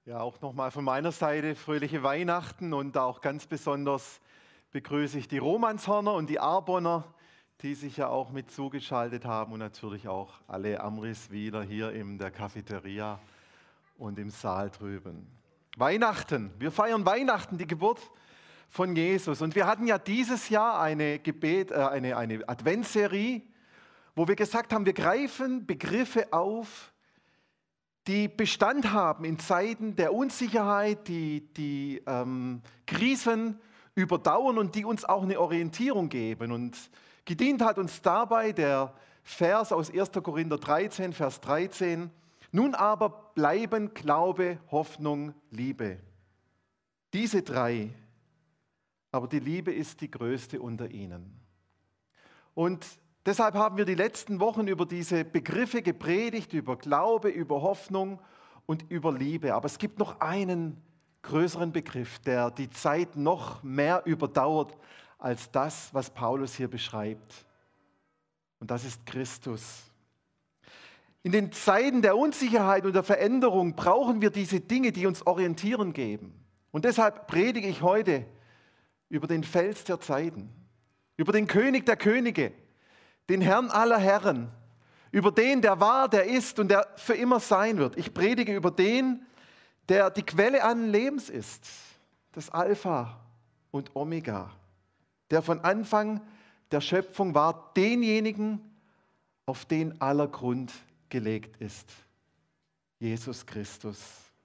Ja, auch nochmal von meiner Seite fröhliche Weihnachten und auch ganz besonders begrüße ich die Romanshorner und die Arbonner, die sich ja auch mit zugeschaltet haben und natürlich auch alle Amriswiler hier in der Cafeteria und im Saal drüben. Weihnachten, wir feiern Weihnachten, die Geburt von Jesus. Und wir hatten ja dieses Jahr eine Adventsserie, wo wir gesagt haben, wir greifen Begriffe auf, die Bestand haben in Zeiten der Unsicherheit, die Krisen überdauern und die uns auch eine Orientierung geben. Und gedient hat uns dabei der Vers aus 1. Korinther 13, Vers 13. Nun aber bleiben Glaube, Hoffnung, Liebe. Diese drei, aber die Liebe ist die größte unter ihnen. Und deshalb haben wir die letzten Wochen über diese Begriffe gepredigt, über Glaube, über Hoffnung und über Liebe. Aber es gibt noch einen größeren Begriff, der die Zeit noch mehr überdauert als das, was Paulus hier beschreibt. Und das ist Christus. In den Zeiten der Unsicherheit und der Veränderung brauchen wir diese Dinge, die uns Orientieren geben. Und deshalb predige ich heute über den Fels der Zeiten, über den König der Könige, den Herrn aller Herren, über den, der war, der ist und der für immer sein wird. Ich predige über den, der die Quelle allen Lebens ist, das Alpha und Omega, der von Anfang der Schöpfung war, denjenigen, auf den aller Grund gelegt ist, Jesus Christus.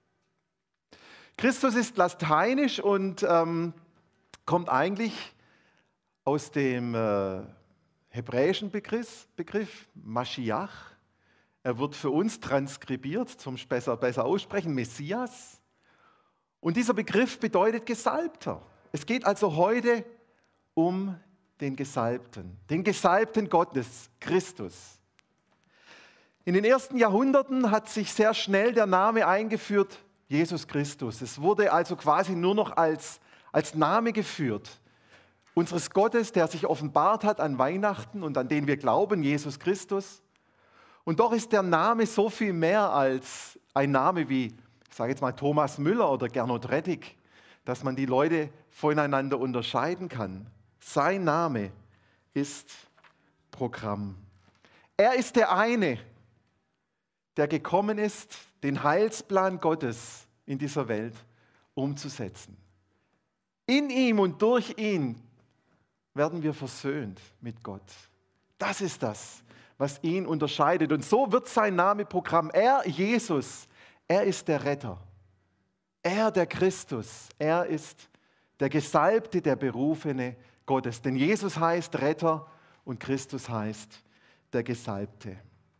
Christus ist lateinisch und kommt eigentlich aus dem hebräischen Begriff Maschiach. Er wird für uns transkribiert, zum besser aussprechen, Messias. Und dieser Begriff bedeutet Gesalbter. Es geht also heute um den Gesalbten Gottes, Christus. In den ersten Jahrhunderten hat sich sehr schnell der Name eingeführt, Jesus Christus. Es wurde also quasi nur noch als Name geführt unseres Gottes, der sich offenbart hat an Weihnachten und an den wir glauben, Jesus Christus. Und doch ist der Name so viel mehr als ein Name wie, ich sage jetzt mal Thomas Müller oder Gernot Rettig, dass man die Leute voneinander unterscheiden kann. Sein Name ist Programm. Er ist der eine, der gekommen ist, den Heilsplan Gottes in dieser Welt umzusetzen. In ihm und durch ihn werden wir versöhnt mit Gott. Das ist das, was ihn unterscheidet. Und so wird sein Name Programm. Er, Jesus, er ist der Retter. Er, der Christus, er ist der Gesalbte, der Berufene Gottes. Denn Jesus heißt Retter und Christus heißt der Gesalbte.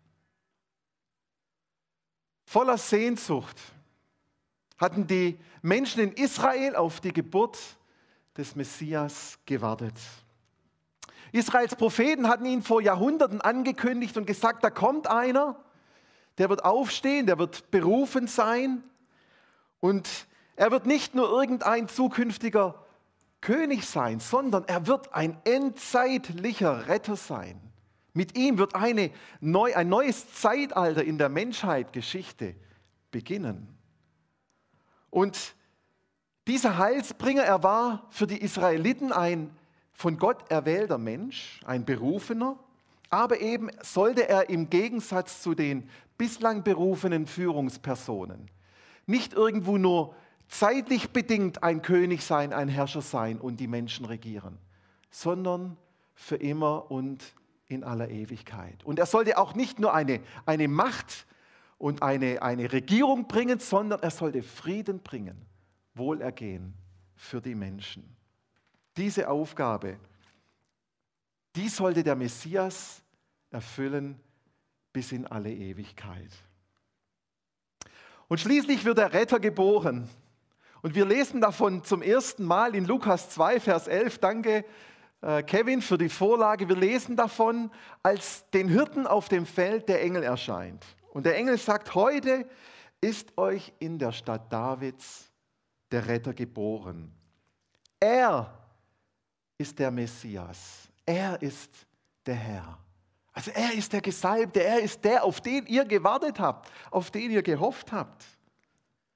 Voller Sehnsucht hatten die Menschen in Israel auf die Geburt des Messias gewartet. Israels Propheten hatten ihn vor Jahrhunderten angekündigt und gesagt, da kommt einer, der wird aufstehen, der wird berufen sein und er wird nicht nur irgendein zukünftiger König sein, sondern er wird ein endzeitlicher Retter sein. Mit ihm wird ein neues Zeitalter in der Menschheitsgeschichte beginnen. Und dieser Heilsbringer, er war für die Israeliten ein von Gott erwählter Mensch, ein Berufener, aber eben sollte er im Gegensatz zu den bislang berufenen Führungspersonen nicht irgendwo nur zeitlich bedingt ein König sein, ein Herrscher sein und die Menschen regieren, sondern für immer und in aller Ewigkeit. Und er sollte auch nicht nur eine Macht und eine Regierung bringen, sondern er sollte Frieden bringen, Wohlergehen für die Menschen. Diese Aufgabe, die sollte der Messias erfüllen bis in alle Ewigkeit. Und schließlich wird der Retter geboren. Und wir lesen davon zum ersten Mal in Lukas 2, Vers 11. Danke, Kevin, für die Vorlage. Wir lesen davon, als den Hirten auf dem Feld der Engel erscheint. Und der Engel sagt, heute ist euch in der Stadt Davids der Retter geboren. Er ist der Messias. Er ist der Herr. Also er ist der Gesalbte, er ist der, auf den ihr gewartet habt, auf den ihr gehofft habt.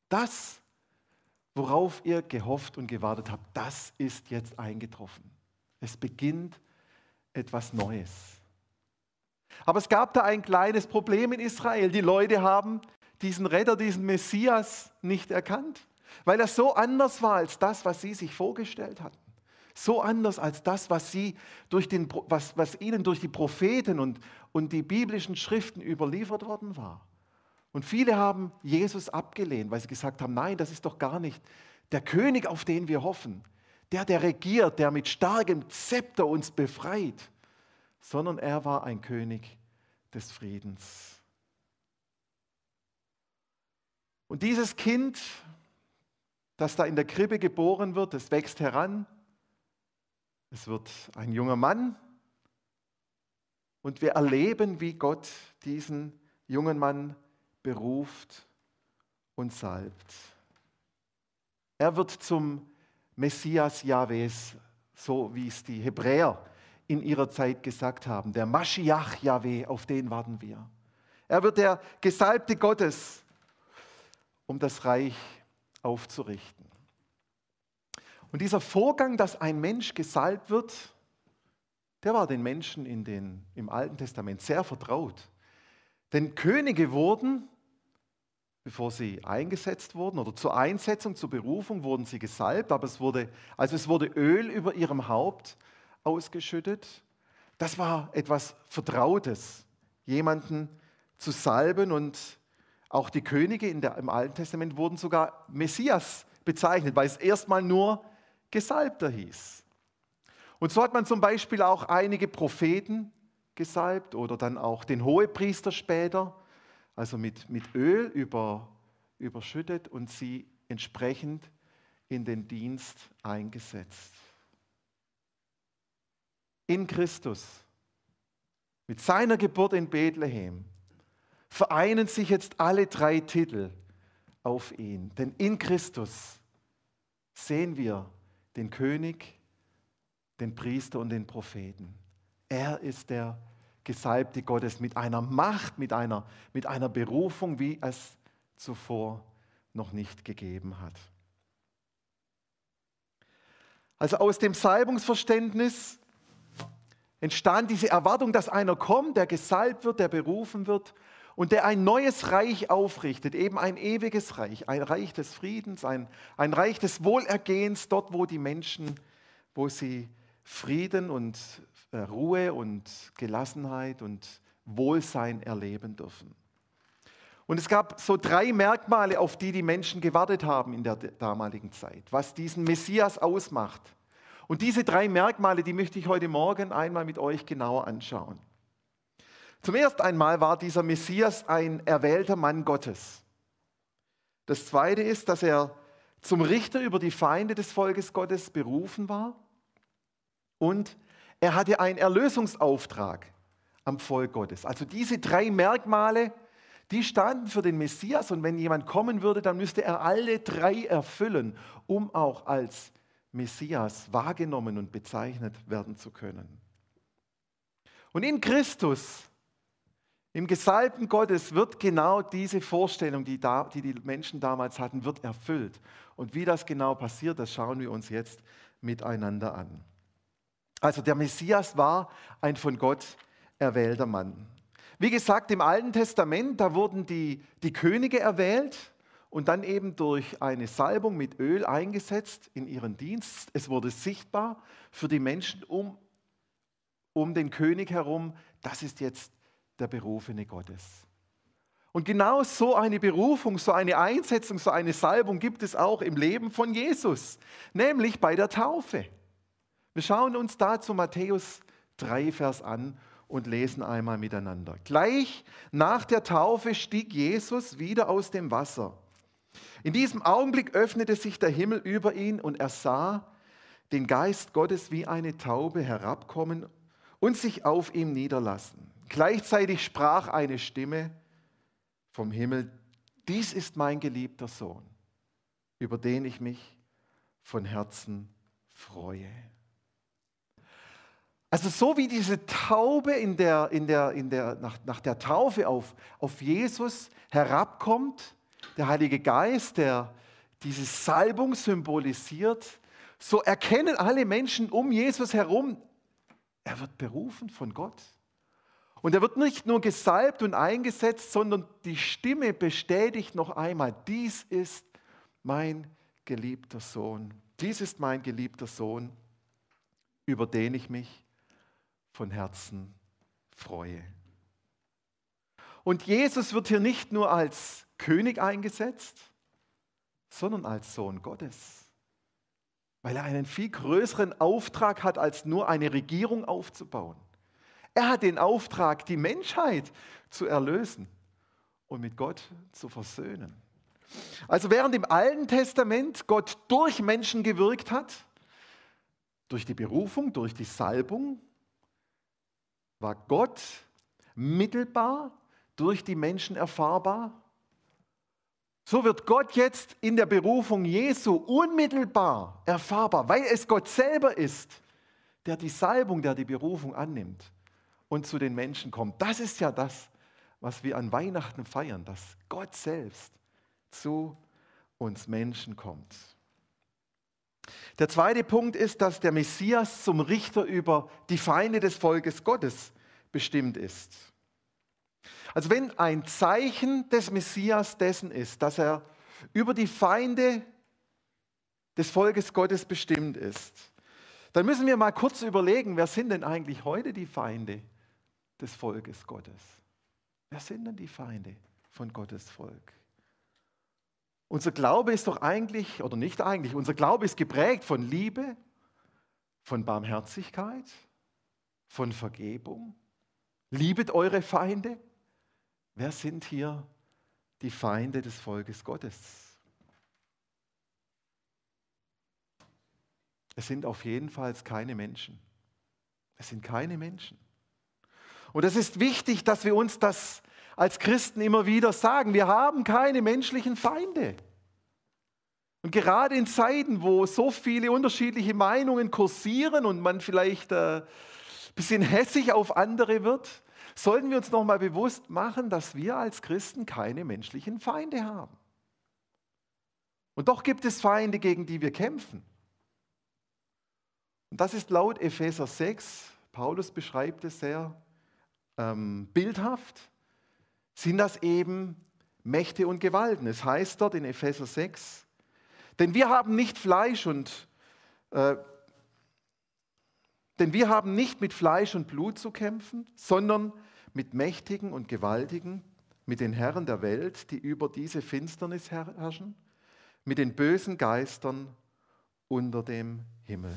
Das, worauf ihr gehofft und gewartet habt, das ist jetzt eingetroffen. Es beginnt etwas Neues. Aber es gab da ein kleines Problem in Israel. Die Leute haben diesen Retter, diesen Messias nicht erkannt, weil er so anders war als das, was sie sich vorgestellt hatten. So anders als das, was ihnen durch die Propheten und die biblischen Schriften überliefert worden war. Und viele haben Jesus abgelehnt, weil sie gesagt haben, nein, das ist doch gar nicht der König, auf den wir hoffen. Der regiert, der mit starkem Zepter uns befreit. Sondern er war ein König des Friedens. Und dieses Kind, das da in der Krippe geboren wird, es wächst heran. Es wird ein junger Mann. Und wir erleben, wie Gott diesen jungen Mann beruft und salbt. Er wird zum Messias Jahwes, so wie es die Hebräer in ihrer Zeit gesagt haben. Der Maschiach Jahwe, auf den warten wir. Er wird der Gesalbte Gottes, um das Reich aufzurichten. Und dieser Vorgang, dass ein Mensch gesalbt wird, der war den Menschen im Alten Testament sehr vertraut. Denn Könige wurden, bevor sie eingesetzt wurden oder zur Einsetzung, zur Berufung, wurden sie gesalbt, aber es wurde Öl über ihrem Haupt ausgeschüttet. Das war etwas Vertrautes, jemanden zu salben, und auch die Könige im Alten Testament wurden sogar Messias bezeichnet, weil es erstmal nur Gesalbter hieß. Und so hat man zum Beispiel auch einige Propheten gesalbt oder dann auch den Hohepriester später, also mit Öl überschüttet und sie entsprechend in den Dienst eingesetzt. In Christus, mit seiner Geburt in Bethlehem, vereinen sich jetzt alle drei Titel auf ihn. Denn in Christus sehen wir den König, den Priester und den Propheten. Er ist der Gesalbte Gottes mit einer Macht, mit einer Berufung, wie es zuvor noch nicht gegeben hat. Also aus dem Salbungsverständnis entstand diese Erwartung, dass einer kommt, der gesalbt wird, der berufen wird und der ein neues Reich aufrichtet, eben ein ewiges Reich, ein Reich des Friedens, ein Reich des Wohlergehens, dort wo die Menschen, wo sie Frieden und Ruhe und Gelassenheit und Wohlsein erleben dürfen. Und es gab so 3 Merkmale, auf die die Menschen gewartet haben in der damaligen Zeit, was diesen Messias ausmacht. Und diese 3 Merkmale, die möchte ich heute Morgen einmal mit euch genauer anschauen. Zum ersten einmal war dieser Messias ein erwählter Mann Gottes. Das zweite ist, dass er zum Richter über die Feinde des Volkes Gottes berufen war. Und er hatte einen Erlösungsauftrag am Volk Gottes. Also diese 3 Merkmale, die standen für den Messias. Und wenn jemand kommen würde, dann müsste er alle 3 erfüllen, um auch als Messias wahrgenommen und bezeichnet werden zu können. Und in Christus, im Gesalbten Gottes, wird genau diese Vorstellung, die die Menschen damals hatten, wird erfüllt. Und wie das genau passiert, das schauen wir uns jetzt miteinander an. Also der Messias war ein von Gott erwählter Mann. Wie gesagt, im Alten Testament, da wurden die Könige erwählt und dann eben durch eine Salbung mit Öl eingesetzt in ihren Dienst. Es wurde sichtbar für die Menschen um den König herum, das ist jetzt der Berufene Gottes. Und genau so eine Berufung, so eine Einsetzung, so eine Salbung gibt es auch im Leben von Jesus, nämlich bei der Taufe. Wir schauen uns dazu Matthäus 3, Vers an und lesen einmal miteinander. Gleich nach der Taufe stieg Jesus wieder aus dem Wasser. In diesem Augenblick öffnete sich der Himmel über ihn und er sah den Geist Gottes wie eine Taube herabkommen und sich auf ihm niederlassen. Gleichzeitig sprach eine Stimme vom Himmel: Dies ist mein geliebter Sohn, über den ich mich von Herzen freue. Also so wie diese Taube nach der Taufe auf Jesus herabkommt, der Heilige Geist, der diese Salbung symbolisiert, so erkennen alle Menschen um Jesus herum, er wird berufen von Gott. Und er wird nicht nur gesalbt und eingesetzt, sondern die Stimme bestätigt noch einmal, dies ist mein geliebter Sohn. Dies ist mein geliebter Sohn, über den ich mich von Herzen freue. Und Jesus wird hier nicht nur als König eingesetzt, sondern als Sohn Gottes, weil er einen viel größeren Auftrag hat, als nur eine Regierung aufzubauen. Er hat den Auftrag, die Menschheit zu erlösen und mit Gott zu versöhnen. Also während im Alten Testament Gott durch Menschen gewirkt hat, durch die Berufung, durch die Salbung, war Gott mittelbar durch die Menschen erfahrbar. So wird Gott jetzt in der Berufung Jesu unmittelbar erfahrbar, weil es Gott selber ist, der die Salbung, der die Berufung annimmt und zu den Menschen kommt. Das ist ja das, was wir an Weihnachten feiern, dass Gott selbst zu uns Menschen kommt. Der zweite Punkt ist, dass der Messias zum Richter über die Feinde des Volkes Gottes bestimmt ist. Also wenn ein Zeichen des Messias dessen ist, dass er über die Feinde des Volkes Gottes bestimmt ist, dann müssen wir mal kurz überlegen, wer sind denn eigentlich heute die Feinde des Volkes Gottes? Wer sind denn die Feinde von Gottes Volk? Unser Glaube ist doch eigentlich, oder nicht eigentlich, unser Glaube ist geprägt von Liebe, von Barmherzigkeit, von Vergebung. Liebet eure Feinde. Wer sind hier die Feinde des Volkes Gottes? Es sind auf jeden Fall keine Menschen. Es sind keine Menschen. Und es ist wichtig, dass wir uns das als Christen immer wieder sagen. Wir haben keine menschlichen Feinde. Und gerade in Zeiten, wo so viele unterschiedliche Meinungen kursieren und man vielleicht ein bisschen hässig auf andere wird, sollten wir uns nochmal bewusst machen, dass wir als Christen keine menschlichen Feinde haben. Und doch gibt es Feinde, gegen die wir kämpfen. Und das ist laut Epheser 6, Paulus beschreibt es sehr bildhaft, sind das eben Mächte und Gewalten. Es heißt dort in Epheser 6, denn wir haben nicht mit Fleisch und Blut zu kämpfen, sondern mit Mächtigen und Gewaltigen, mit den Herren der Welt, die über diese Finsternis herrschen, mit den bösen Geistern unter dem Himmel.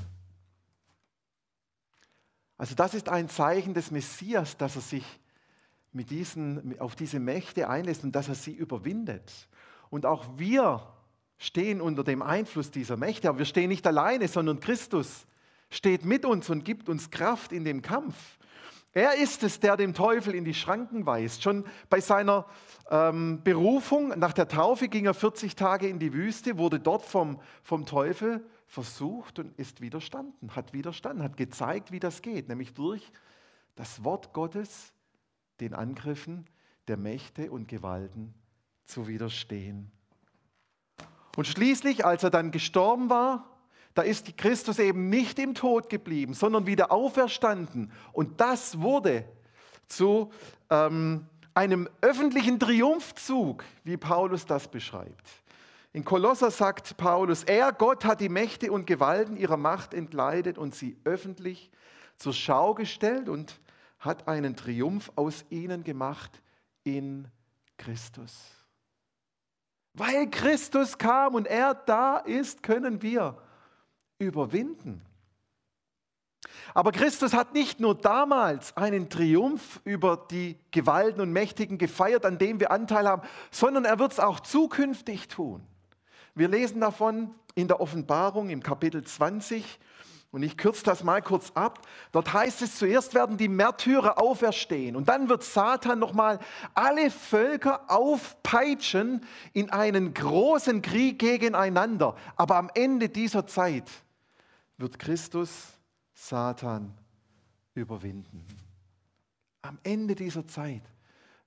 Also das ist ein Zeichen des Messias, dass er sich auf diese Mächte einlässt und dass er sie überwindet. Und auch wir stehen unter dem Einfluss dieser Mächte, aber wir stehen nicht alleine, sondern Christus steht mit uns und gibt uns Kraft in dem Kampf. Er ist es, der dem Teufel in die Schranken weist. Schon bei seiner Berufung nach der Taufe ging er 40 Tage in die Wüste, wurde dort vom Teufel versucht und hat widerstanden, hat gezeigt, wie das geht, nämlich durch das Wort Gottes den Angriffen der Mächte und Gewalten zu widerstehen. Und schließlich, als er dann gestorben war, da ist Christus eben nicht im Tod geblieben, sondern wieder auferstanden. Und das wurde zu einem öffentlichen Triumphzug, wie Paulus das beschreibt. In Kolosser sagt Paulus, Gott hat die Mächte und Gewalten ihrer Macht entkleidet und sie öffentlich zur Schau gestellt und hat einen Triumph aus ihnen gemacht in Christus. Weil Christus kam und er da ist, können wir überwinden. Aber Christus hat nicht nur damals einen Triumph über die Gewalten und Mächtigen gefeiert, an dem wir Anteil haben, sondern er wird es auch zukünftig tun. Wir lesen davon in der Offenbarung im Kapitel 20 und ich kürze das mal kurz ab. Dort heißt es, zuerst werden die Märtyrer auferstehen und dann wird Satan nochmal alle Völker aufpeitschen in einen großen Krieg gegeneinander. Aber am Ende dieser Zeit wird Christus Satan überwinden. Am Ende dieser Zeit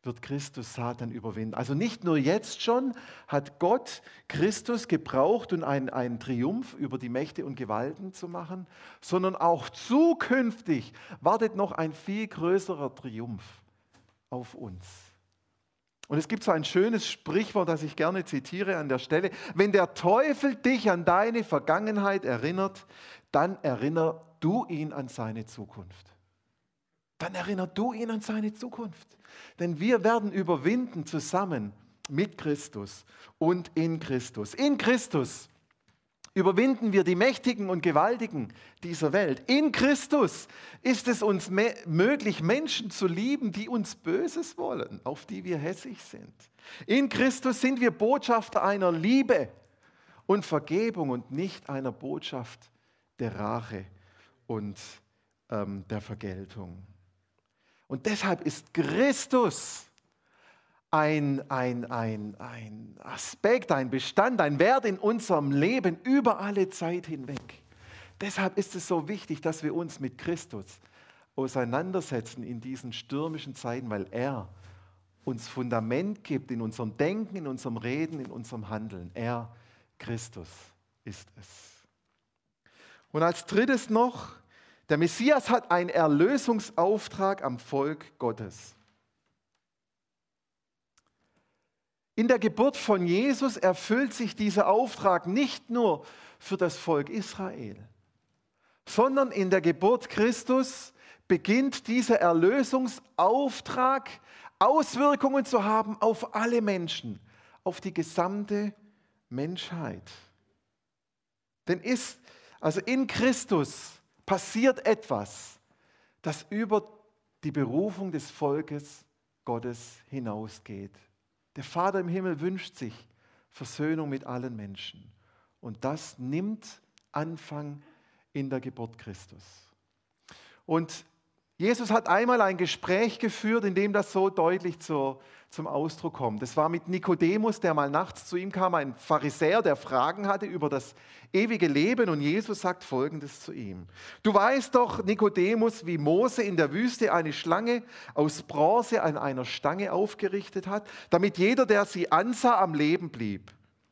wird Christus Satan überwinden. Also nicht nur jetzt schon hat Gott Christus gebraucht, um einen Triumph über die Mächte und Gewalten zu machen, sondern auch zukünftig wartet noch ein viel größerer Triumph auf uns. Und es gibt so ein schönes Sprichwort, das ich gerne zitiere an der Stelle. Wenn der Teufel dich an deine Vergangenheit erinnert, dann erinner du ihn an seine Zukunft. Dann erinner du ihn an seine Zukunft. Denn wir werden überwinden zusammen mit Christus und in Christus. In Christus überwinden wir die Mächtigen und Gewaltigen dieser Welt. In Christus ist es uns möglich, Menschen zu lieben, die uns Böses wollen, auf die wir hässig sind. In Christus sind wir Botschafter einer Liebe und Vergebung und nicht einer Botschaft der Rache und der Vergeltung. Und deshalb ist Christus ein Aspekt, ein Bestand, ein Wert in unserem Leben über alle Zeit hinweg. Deshalb ist es so wichtig, dass wir uns mit Christus auseinandersetzen in diesen stürmischen Zeiten, weil er uns Fundament gibt in unserem Denken, in unserem Reden, in unserem Handeln. Er, Christus, ist es. Und als drittes noch, der Messias hat einen Erlösungsauftrag am Volk Gottes. In der Geburt von Jesus erfüllt sich dieser Auftrag nicht nur für das Volk Israel, sondern in der Geburt Christus beginnt dieser Erlösungsauftrag Auswirkungen zu haben auf alle Menschen, auf die gesamte Menschheit. Denn in Christus passiert etwas, das über die Berufung des Volkes Gottes hinausgeht. Der Vater im Himmel wünscht sich Versöhnung mit allen Menschen. Und das nimmt Anfang in der Geburt Christus. Und Jesus hat einmal ein Gespräch geführt, in dem das so deutlich zum Ausdruck kommt. Das war mit Nikodemus, der mal nachts zu ihm kam, ein Pharisäer, der Fragen hatte über das ewige Leben. Und Jesus sagt Folgendes zu ihm. Du weißt doch, Nikodemus, wie Mose in der Wüste eine Schlange aus Bronze an einer Stange aufgerichtet hat, damit jeder, der sie ansah, am Leben blieb.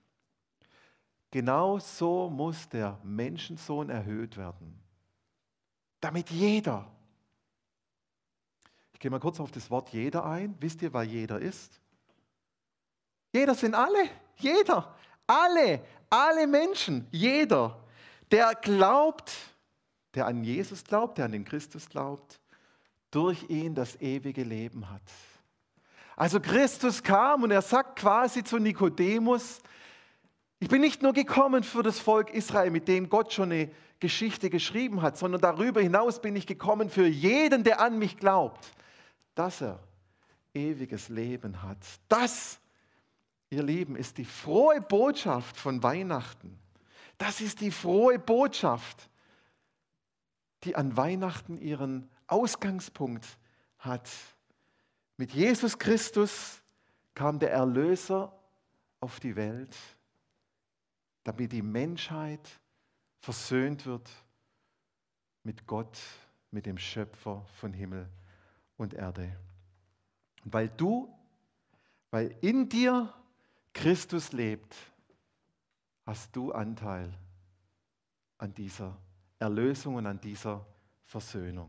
Genau so muss der Menschensohn erhöht werden, damit jeder. Ich gehe mal kurz auf das Wort jeder ein. Wisst ihr, was jeder ist? Jeder sind alle. Jeder. Alle Menschen. Jeder, der glaubt, der an Jesus glaubt, der an den Christus glaubt, durch ihn das ewige Leben hat. Also Christus kam und er sagt quasi zu Nikodemus, ich bin nicht nur gekommen für das Volk Israel, mit dem Gott schon eine Geschichte geschrieben hat, sondern darüber hinaus bin ich gekommen für jeden, der an mich glaubt, dass er ewiges Leben hat. Das, ihr Lieben, ist die frohe Botschaft von Weihnachten. Das ist die frohe Botschaft, die an Weihnachten ihren Ausgangspunkt hat. Mit Jesus Christus kam der Erlöser auf die Welt, damit die Menschheit versöhnt wird mit Gott, mit dem Schöpfer von Himmel und Erde. Und weil in dir Christus lebt, hast du Anteil an dieser Erlösung und an dieser Versöhnung.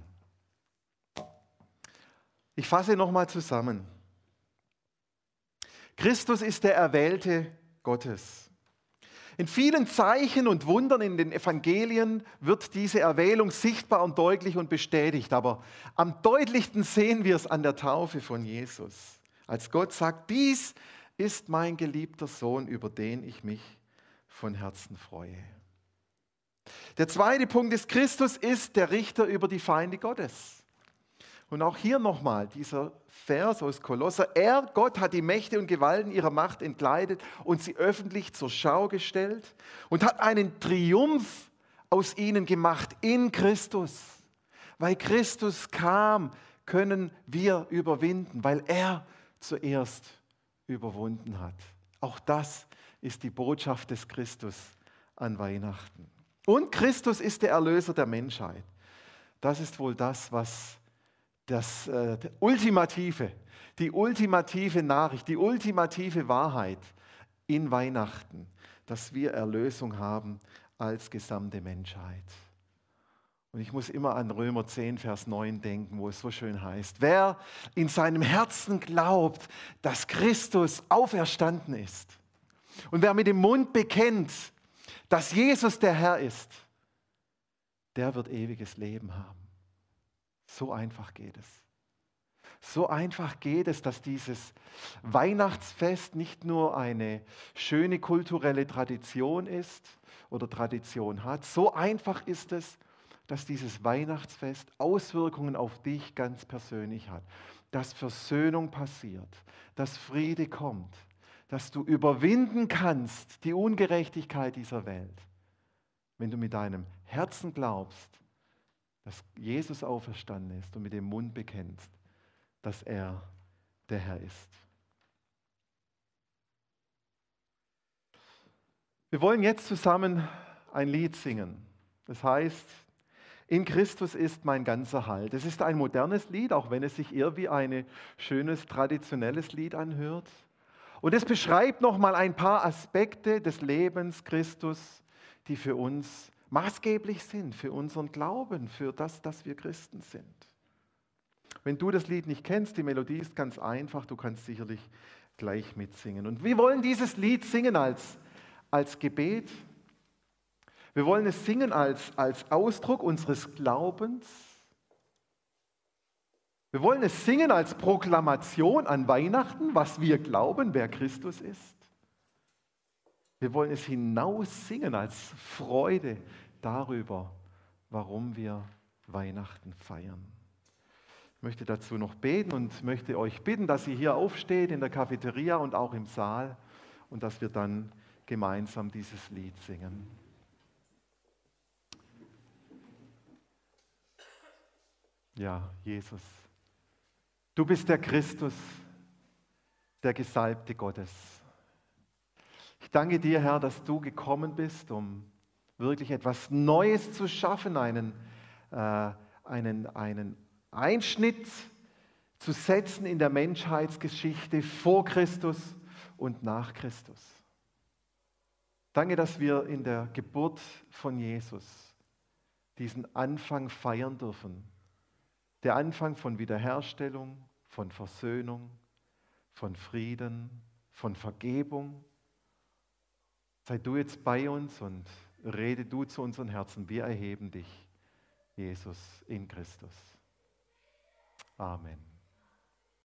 Ich fasse nochmal zusammen. Christus ist der Erwählte Gottes. In vielen Zeichen und Wundern in den Evangelien wird diese Erwählung sichtbar und deutlich und bestätigt. Aber am deutlichsten sehen wir es an der Taufe von Jesus. Als Gott sagt, dies ist mein geliebter Sohn, über den ich mich von Herzen freue. Der zweite Punkt ist, Christus ist der Richter über die Feinde Gottes. Und auch hier nochmal dieser Vers aus Kolosser. Gott, hat die Mächte und Gewalten ihrer Macht entkleidet und sie öffentlich zur Schau gestellt und hat einen Triumph aus ihnen gemacht in Christus. Weil Christus kam, können wir überwinden, weil er zuerst überwunden hat. Auch das ist die Botschaft des Christus an Weihnachten. Und Christus ist der Erlöser der Menschheit. Das ist wohl das, was die ultimative Nachricht, die ultimative Wahrheit in Weihnachten, dass wir Erlösung haben als gesamte Menschheit. Und ich muss immer an Römer 10, Vers 9 denken, wo es so schön heißt, wer in seinem Herzen glaubt, dass Christus auferstanden ist und wer mit dem Mund bekennt, dass Jesus der Herr ist, der wird ewiges Leben haben. So einfach geht es. So einfach geht es, dass dieses Weihnachtsfest nicht nur eine schöne kulturelle Tradition ist oder Tradition hat. So einfach ist es, dass dieses Weihnachtsfest Auswirkungen auf dich ganz persönlich hat. Dass Versöhnung passiert, dass Friede kommt, dass du überwinden kannst die Ungerechtigkeit dieser Welt. Wenn du mit deinem Herzen glaubst, dass Jesus auferstanden ist und mit dem Mund bekennst, dass er der Herr ist. Wir wollen jetzt zusammen ein Lied singen. Das heißt, in Christus ist mein ganzer Halt. Es ist ein modernes Lied, auch wenn es sich eher wie ein schönes, traditionelles Lied anhört. Und es beschreibt nochmal ein paar Aspekte des Lebens Christus, die für uns maßgeblich sind, für unseren Glauben, für das, dass wir Christen sind. Wenn du das Lied nicht kennst, die Melodie ist ganz einfach, du kannst sicherlich gleich mitsingen. Und wir wollen dieses Lied singen als Gebet. Wir wollen es singen als Ausdruck unseres Glaubens. Wir wollen es singen als Proklamation an Weihnachten, was wir glauben, wer Christus ist. Wir wollen es hinaus singen als Freude darüber, warum wir Weihnachten feiern. Ich möchte dazu noch beten und möchte euch bitten, dass ihr hier aufsteht in der Cafeteria und auch im Saal und dass wir dann gemeinsam dieses Lied singen. Ja, Jesus, du bist der Christus, der Gesalbte Gottes. Ich danke dir, Herr, dass du gekommen bist, um wirklich etwas Neues zu schaffen, einen Einschnitt zu setzen in der Menschheitsgeschichte vor Christus und nach Christus. Danke, dass wir in der Geburt von Jesus diesen Anfang feiern dürfen. Der Anfang von Wiederherstellung, von Versöhnung, von Frieden, von Vergebung. Sei du jetzt bei uns und rede du zu unseren Herzen. Wir erheben dich, Jesus, in Christus. Amen.